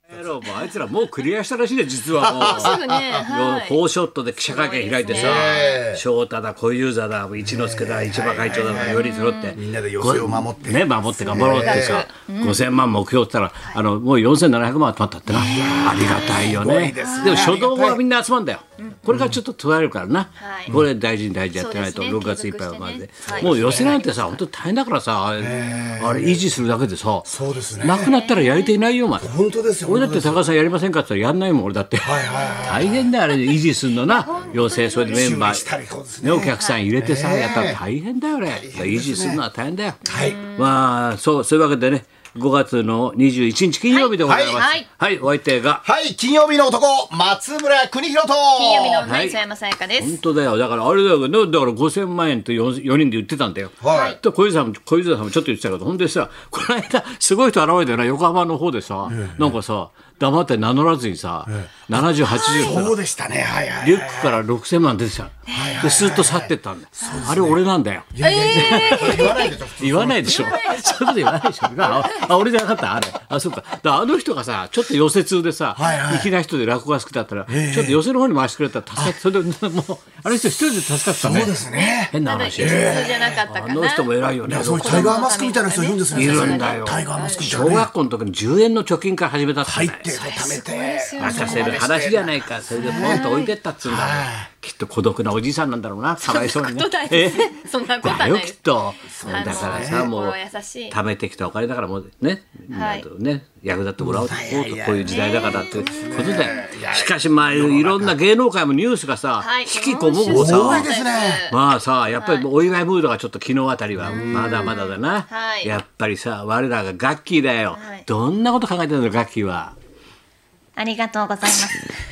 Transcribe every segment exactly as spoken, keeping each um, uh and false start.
もうあいつらもうクリアしたらしいね実はもうすぐね、はい、 フォーショットで記者会見開いてさ、翔太だ小遊三だ一之輔だ市場会長だからよに揃ってみんなで予選を守ってね守って頑張ろうってさごせんまん目標って言ったらあのもうよんせんななひゃくまん集まったってなありがたいよね。でも初動はみんな集まるんだよ。これからちょっと問われるからなこれ大事に大事にやってないとろくがついっぱいまでもう寄せなんてさ本当大変だからさあれ維持するだけでさなくなったらやり手いないよお前。 本当ですよ。 俺だって高橋さんやりませんかって言ったらやんないもん俺だって大変だよあれ維持するのな要請それでメンバーねお客さん入れてさやったら大変だよね維持するのは大変だよ。まあそうそういうわけでねごがつのにじゅういちにち金曜日でございます。はい、はい、お相手がはい金曜日の男松村邦弘と金曜日の女磯山さやかです。 本当だよだからあれだよだからごせんまんえんと 4, よにんで言ってたんだよ。はい。と小遊三さん小遊三さんもちょっと言ってたけどほんでさこの間すごい人現れたよな横浜の方でさ、ええ、なんかさ黙って名乗らずにさ、ええ、ななじゅうはちじゅうそうでしたねはいはいリュックからろくせんまん出てたでスーッと去ってったんだよ。あれ俺なんだよ。 いやいやいや言わないでしょ言わないでしょそういうこと言わないでしょああ俺じゃなかったあれあそうかだあの人がさちょっと寄せ通でさ粋な人で落語が好きだったらちょっと寄せの方に回してくれたら助かってそれでもうあの人一人で助かったね。 そうですね変な話。 じゃなかったかな。 あの人も偉いよね。 そういうタイガーマスクみたいな人いるんですね。 いるんだよ。 タイガーマスクみたいな小学校の時にじゅうえんの貯金から始めたって入って貯めて渡せる話じゃないかそれでポンと置いてったっつうんだきっと孤独なおじさんなんだろうなかわいそうにね。 そんなことないだよきっとだからさもう貯めてきたお金だからもうねね役立ってもらおうとこういう時代だからってことでしかしまあいろんな芸能界もニュースがさ引きこもごさまあさやっぱりお祝いムードがちょっと昨日あたりはまだまだだな。やっぱりさ我らがガッキーだよ。どんなこと考えてるのガッキーは。 ありがとうございます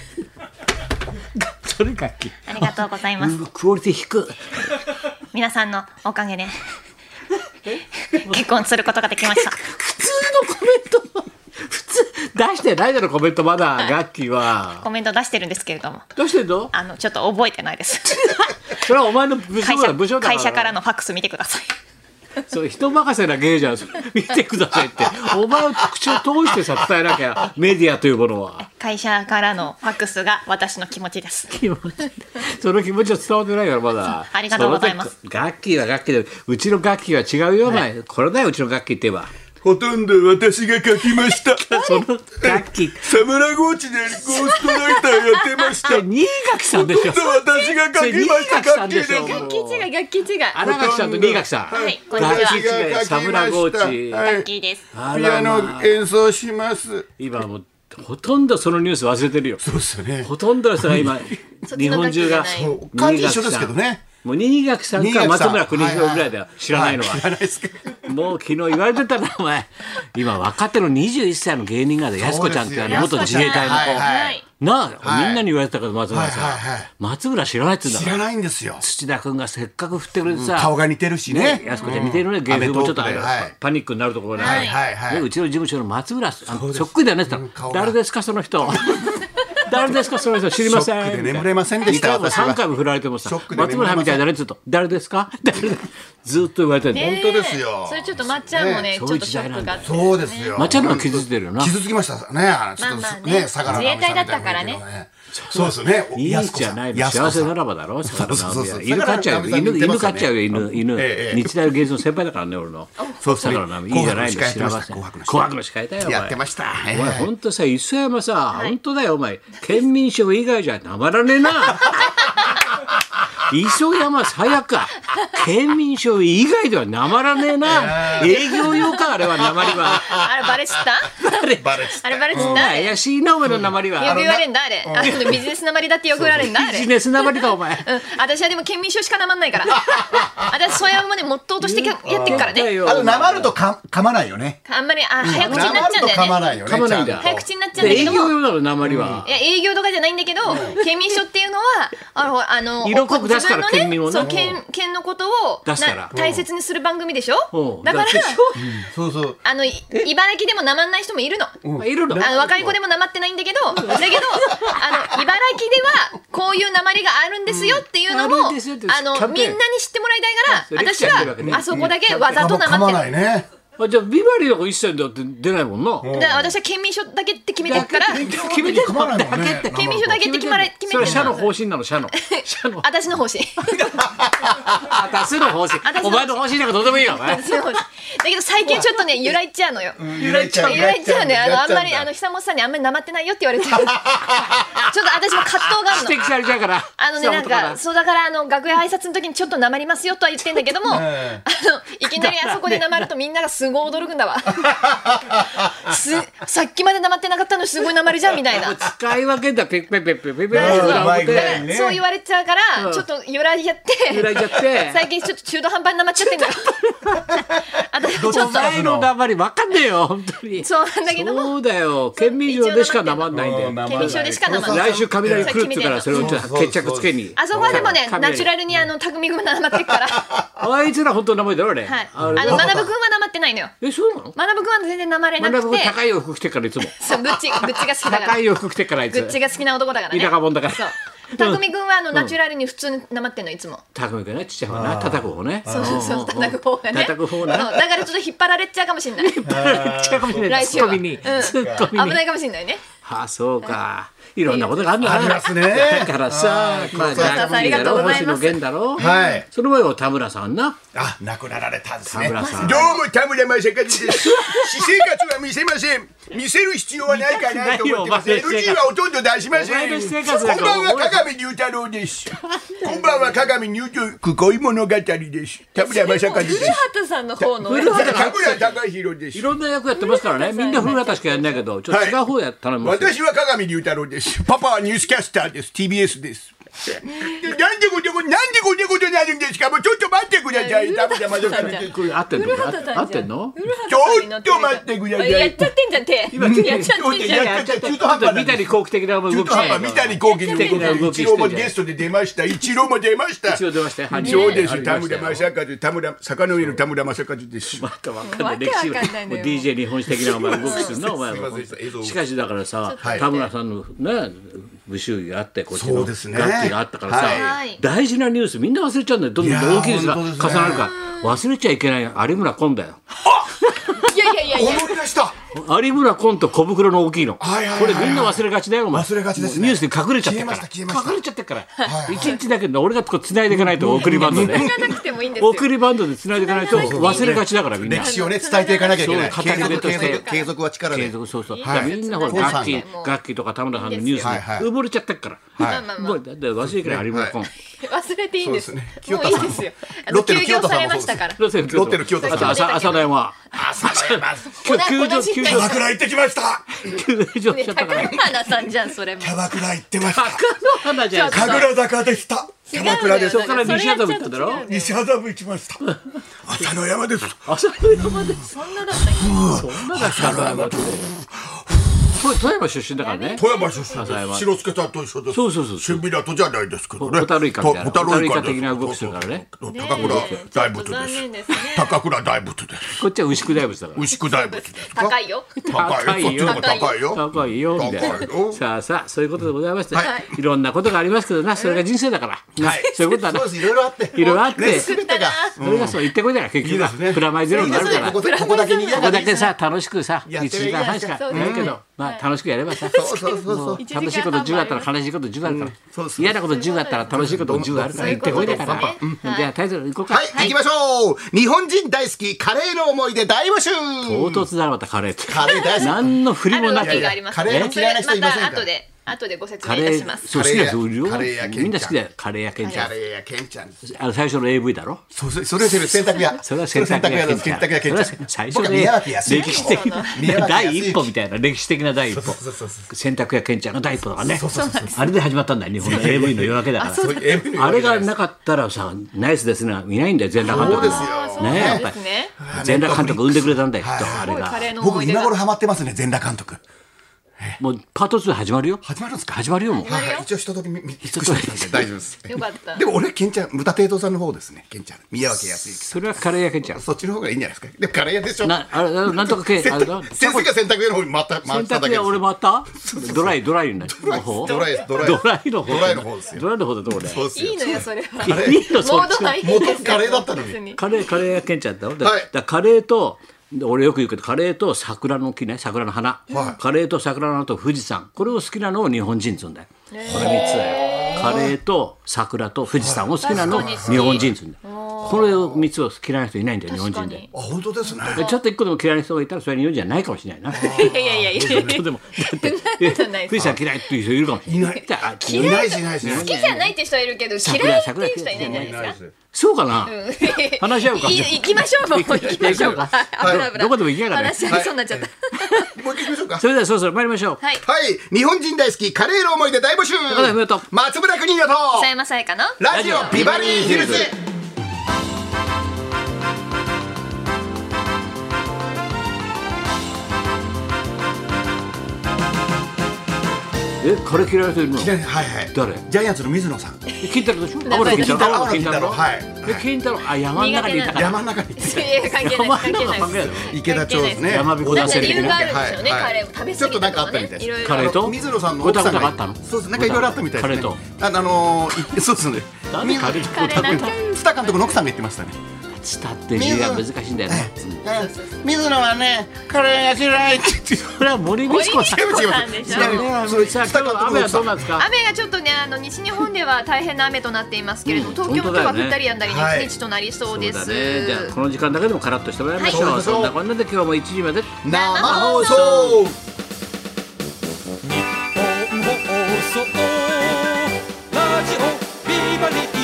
それガッキーありがとうございます。 クオリティ低皆さんのおかげで結婚することができました。 普通のコメント普通出してないだろコメントまだガッキーはコメント出してるんですけれども出してんのあのちょっと覚えてないですそれはお前の部署だ部署だから会社からのファックス見てくださいそれ人任せな芸じゃん見てくださいってお前を口を通してさ伝えなきゃメディアというものは会社からのファックスが私の気持ちです。 気持ちその気持ちは伝わってないからまだありがとうございます。 ガッキーはガッキーでうちのガッキーは違うよお前、はい、これだようちのガッキーって言えばほとんど私が書きましたそのガッキーサムラゴーチでゴーストライターやってました新垣さんでしょ。 ほとんど私が書きましたガッキーですガッキー違いガッキー違い新垣さんと新垣さんはいこんガにちはッキー違いサムラゴーチガッキーです。 ピアノ演奏します今もうほとんどそのニュース忘れてるよ。 そうですよねほとんどの人が今日本中が感じ一緒ですけどねもう新垣さんか松村邦弘ぐらいだよ知らないのは、 知らないですかもう昨日言われてたなお前今若手のにじゅういっさいの芸人がやす子ちゃんってあの元自衛隊の子、 はい、 なあ、はい、みんなに言われてたから松村さん、はいはいはい、松村知らないって言うんだから知らないんですよ。 土田君がせっかく振ってくれてさ、うん、 顔が似てるしねやす子ちゃん似てるね、うん、芸風もちょっと、はい、パニックになるところがね、 はいはいはい、 うちの事務所の松村さんそっくりだよねって言ったら、うん、誰ですかその人誰ですかその人知りません。 ショックで眠れませんでした。 にかいもさんかいも振られてもさ松村みたいなねって言うと誰ですかずっと言われてる、 ね、本当ですよ。 それちょっとまっちゃんもね、ね、ちょっとショックがあって、 そうですよ。 まっちゃんのが傷ついてるよな。 傷つきましたね。ちょっとまあまあね、自衛隊だったからね。 そうですね。 いいじゃないの幸せならばだろ。犬飼っちゃうよ。犬犬飼っちゃうよ。犬犬。日大の芸術の先輩だからね俺の。 そうですね。 いいじゃないの知らません。紅白の司会だよ。 やってました。 お前本当さ磯山さ本当だよお前県民賞以外じゃたまらねえな。磯山さやか県民賞以外ではなまらねえな。営業用かあれはなまりは。 あれバレちったあれバレちったあれバレちった怪しいなお前のなまりは。 よく言われんだあれ。あのビジネスなまりだってよく言われんだあれ。 ビジネスなまりだお前。 うん私はでも県民賞しかなまんないから。私そういうまでモットーとしてやってるからね。 あとなまるとか噛まないよね。 あんまりあ早口になっちゃうんだよね。 噛まないよね。噛まないんだ。 早口になっちゃうんだけど。 営業用なのなまりは。 いや営業とかじゃないんだけど県民賞っていうのはあのあの色濃く出すから県民をね。 県県のことを大切にする番組でしょ。だからそうそうあの茨城でもなまんない人もいるの。 いるの。 あの若い子でもなまってないんだけどだけどあの茨城ではこういうなまりがあるんですよっていうのもあのみんなに知ってもらいたいから私はあそこだけわざとなまってる。 あじゃあビバリーの子一切だって出ないもんな。 で私は県民賞だけって決めてるから決めてるだけって県民賞だけって決まれ決めてるそれ社の方針なの社の社の私の方針私の方針お前の方針なんかどうでもいいよお前だけど最近ちょっとね揺らいちゃうのよ揺らいちゃう揺らいちゃうねあのあんまりあの久本さんにあんまりなまってないよって言われてるちょっと私も葛藤があるの指摘されちゃうからあのねなんかそうだからあの楽屋挨拶の時にちょっとなまりますよとは言ってんだけどもあのいきなりあそこでなまるとみんながすごい驚くんだわすさっきまでなまってなかったのにすごいなまるじゃんみたいな使い分けだペッペッペッペッペッペッねそう言われちゃうからちょっと揺らいちゃって揺らいちゃって最近ちょっと中途半端になまっちゃってんだよ私もちょっと前のなまり分かんねえよ本当にそうなんだけどもそうだよ県民賞でしかなまんないんだよ県民賞でしかなまんない来週雷来るって言うからそれをちょっと決着つけにあそこはでもねナチュラルにあの匠君なまってっからあいつら本当の名前だろあれはいあの学君はなまってないのよえそうなの学君は全然なまれなくて学君高い洋服着てからいつもそうグッチグッチが好きだから高い洋服着てからあいつグッチが好きな男だからね田舎者だからそう匠君はあのナチュラルに普通になまってんのいつも匠君ねちっちゃい方な叩く方ねそうそうそう叩く方がね叩く方なそうだからちょっと引っ張られちゃうかもしれない違うかもしれないツ来週はッコミにツッコミに危ないかもしれないねああそうかいろんなことがあるんだなありますねだからさまあさんありがとうございます星野源だろはいその前は田村さんなあ亡くなられたんですね田村さんどうも田村正和です私生活は見せません見せる必要はないかなと思ってます エルジー はほとんど出しませお前のん私生活だこんからばんは鏡龍太郎ですこんばんは鏡入局恋物語です田村正和です古畑さんの方の古畑田村隆弘ですいろんな役やってますからねみんな古畑しかやんないけどちょっと違う方や頼みますよ私は鏡龍太郎ですパパはニュースキャスターです ティービーエス ですなんでこんなことなんでこんなことになるんですかもうちょっと待ってください田村正和ですこれ合ってんの古畑さんじゃん合ってんのちょっと待ってくださいやっちゃってんじゃん手今やっちゃってんじゃんやっちゃって中途半端なんです三谷幸喜的な動き中途半端三谷幸喜の的な動き一郎もゲストで出ました一郎も出ました一応出ましたよ犯人そうですあり田村ましたよ正和田村坂の上の田村正和ですまたわかんないわけわ歴史かんないのよもう ディージェー 日本史的なお前動きするなお前すいません映像はしかしだからさはい田村さんのね武州があってこっちの楽器そうですねがあったからさはい大事なニュースみんな忘れちゃうんだよどんどん大きいニュースがいやー本当ですね重なるから忘れちゃいけない有村昆だよいやいやいやいや思い出した有村昆と小袋の大きいのこはいはいはいはいれみんな忘れがちだよお前忘れがちですねニュースで隠れちゃってるから消えました消えました隠れちゃってるから一日だけど俺がこう繋いでいかないと送りバンドで行かなくてもいいんですよ送りバンドで繋いでいかないと忘れがちだからみんな歴史をね伝えていかなきゃいけないそう継続語り部として継続継続は力で継続そうそう、 いだからみんなほらはい楽器もう楽器とか田村さんのニュースにはいはい埋もれちゃってっから、 はいまあまあまあもうだって忘れきれない有村昆、 忘れていいんですそうですねもういいですよあのロッテの休業さ清田さんもれましたからロッテのロッテの清田さんあと朝朝の山朝の山今日球場同じ球場キャバクラ行ってきました球場しねちゃったから高野花さんじゃんそれもキャバクラ行ってました赤の花じゃないですか神楽坂でしたキャバクラですそこから西麻布行っただろ西麻布行きました朝の山です朝の山でそんなだったっけそんなだ朝の山ってこれ富山出身だからね富山出身朝山です白助さんと一緒ですそうそうそう新港じゃないですけどねホタルイカみたいなホタルイカホタルイカ的な動きするからねそうそうそう高倉大仏残です念ですね高倉大仏ですこっちは牛久大仏だから牛久大仏ですか高いよ高いよそっちの方が高いよ高いよみたい高いよなさあさあそういうことでございまして、 はいい、ろんなことがありますけどなそれが人生だから、 はいそういうことだなそうですいろいろあっていろいろあって、 ね全てがそれがそう言ってこいだから結局はいいですねプラマイゼロになるからここここだけにここだけさ楽しくさいちやってるじかんはんしかそうないけど、まあ楽しくやればさそうそうそうそう楽しいことじゅうあったら悲しいことじゅうあるから、 そうそう嫌なことじゅうあったら楽しいことじゅうあるから言ってこいだから、 そういうことですねうんじゃあタイトルいこうか、 はい、行きましょう日本人大好きカレーの思い出大募集唐突だなまたカレーってカレー大好き何の振りもなくあるわけがありますカレーの嫌いな人いませんかそれまた後で後でご説カレー明いたしますそう好きな人いるよカレーやケンちゃんみんな好きだよカレーやケンちゃんカレーやケンちゃんあの最初の エーブイ だろそうそれそれそれ洗濯屋それは洗濯屋洗濯屋ケンちゃん僕は最初ね宮脇康之歴史的な宮脇康之第一歩みたいな歴史的な第一歩そうそうそうそう洗濯屋ケンちゃんの第一歩だからねそうそうそうあれで始まったんだよ日本の エーブイ の夜明けだからそういう エーブイ のあれが夜明けなかったらさナイスですね見ないんだよ全裸監督そうですよねやっぱりですね全裸監督生んでくれたんだよきっとはいあれカレが僕ーの思い出が今頃ハマってますね全裸監督もうパートツー始まるよ始まるんですか始まるよもうはいはい一応一通り見見尽くしてますんで大丈夫ですよかったでも俺ケンちゃん豚定藤さんの方ですねケンちゃん宮脇康之それはカレーやケンちゃんそっちの方がいいんじゃないですかでもカレー屋でしょなあれなんとか系あれだ先生が洗濯屋の方に回った回洗濯屋っただけです俺回ったドライドライの方ドライドライドライの方ドライの方ですよドライの方だとこれそうですよいいのよそれはカレーいいのそっちモードはいいですよ元カレーだったのに別にカレーカレーやけんちゃんだろだはいだからカレーとで俺よく言うけどカレーと桜の木ね、桜の花、はい、カレーと桜の花と富士山、これを好きなのを日本人っつうんだよ。これみっつだよ。カレーと桜と富士山を好きなのを日本人っつうんだよ。これをみっつを嫌いな人いないんだよ、日本人で。 あ、本当ですね。 ちょっと一個でも嫌いな人がいたらそれは日本人じゃないかもしれないな。 いやいやいやいや。 でもだって富士山嫌いっていう人いるかもしれない。いない。 いないしいないし。 好きじゃないって人はいるけど嫌いっていう人はいないんじゃないですか。 そうかな。話し合うか。 行きましょう。もう行きましょう。 どこでも行きやがる。 話し合いそうになっちゃった。 もう行きましょうか。 それではそろそろ参りましょう。 はい。 日本人大好きカレーの思い出大募集。松村邦洋と佐山さやかのラジオビバリーヒルズ。 え、カレー嫌いな人いるの？ はいはい。 誰？ ジャイアンツの水野さん。 金太郎でしょ？青森金太郎。 金太郎。はい。 え、金太郎、あ、山の中にいたから。 山の中にいた。 いや、関係ない関係ない。 池田町ですね。 山彦出せる。 理由があるんですよね。カレーを食べ過ぎたとかね。 ちょっとなんかあったみたいです。 カレーと水野さんの奥さんがあったの？そうです。なんかいろいろあったみたいですね。カレーと。あのそうですね。 カレーと。津田監督の奥さんが言ってましたね。 ツタって字が難しいんだよね。 水野はね、カレーが嫌いって言って、 それは森光子さん。 森光子さんでしょ。 雨はどうなんですか？ 雨がちょっとね、あの西日本では大変な雨となっていますけれども、東京も今日は降ったりやんだりの一日となりそうです。 じゃあこの時間だけでもカラッとしてもらいましょう。そんなこんなで今日もいちじまで生放送。 日本放送ラジオビバリー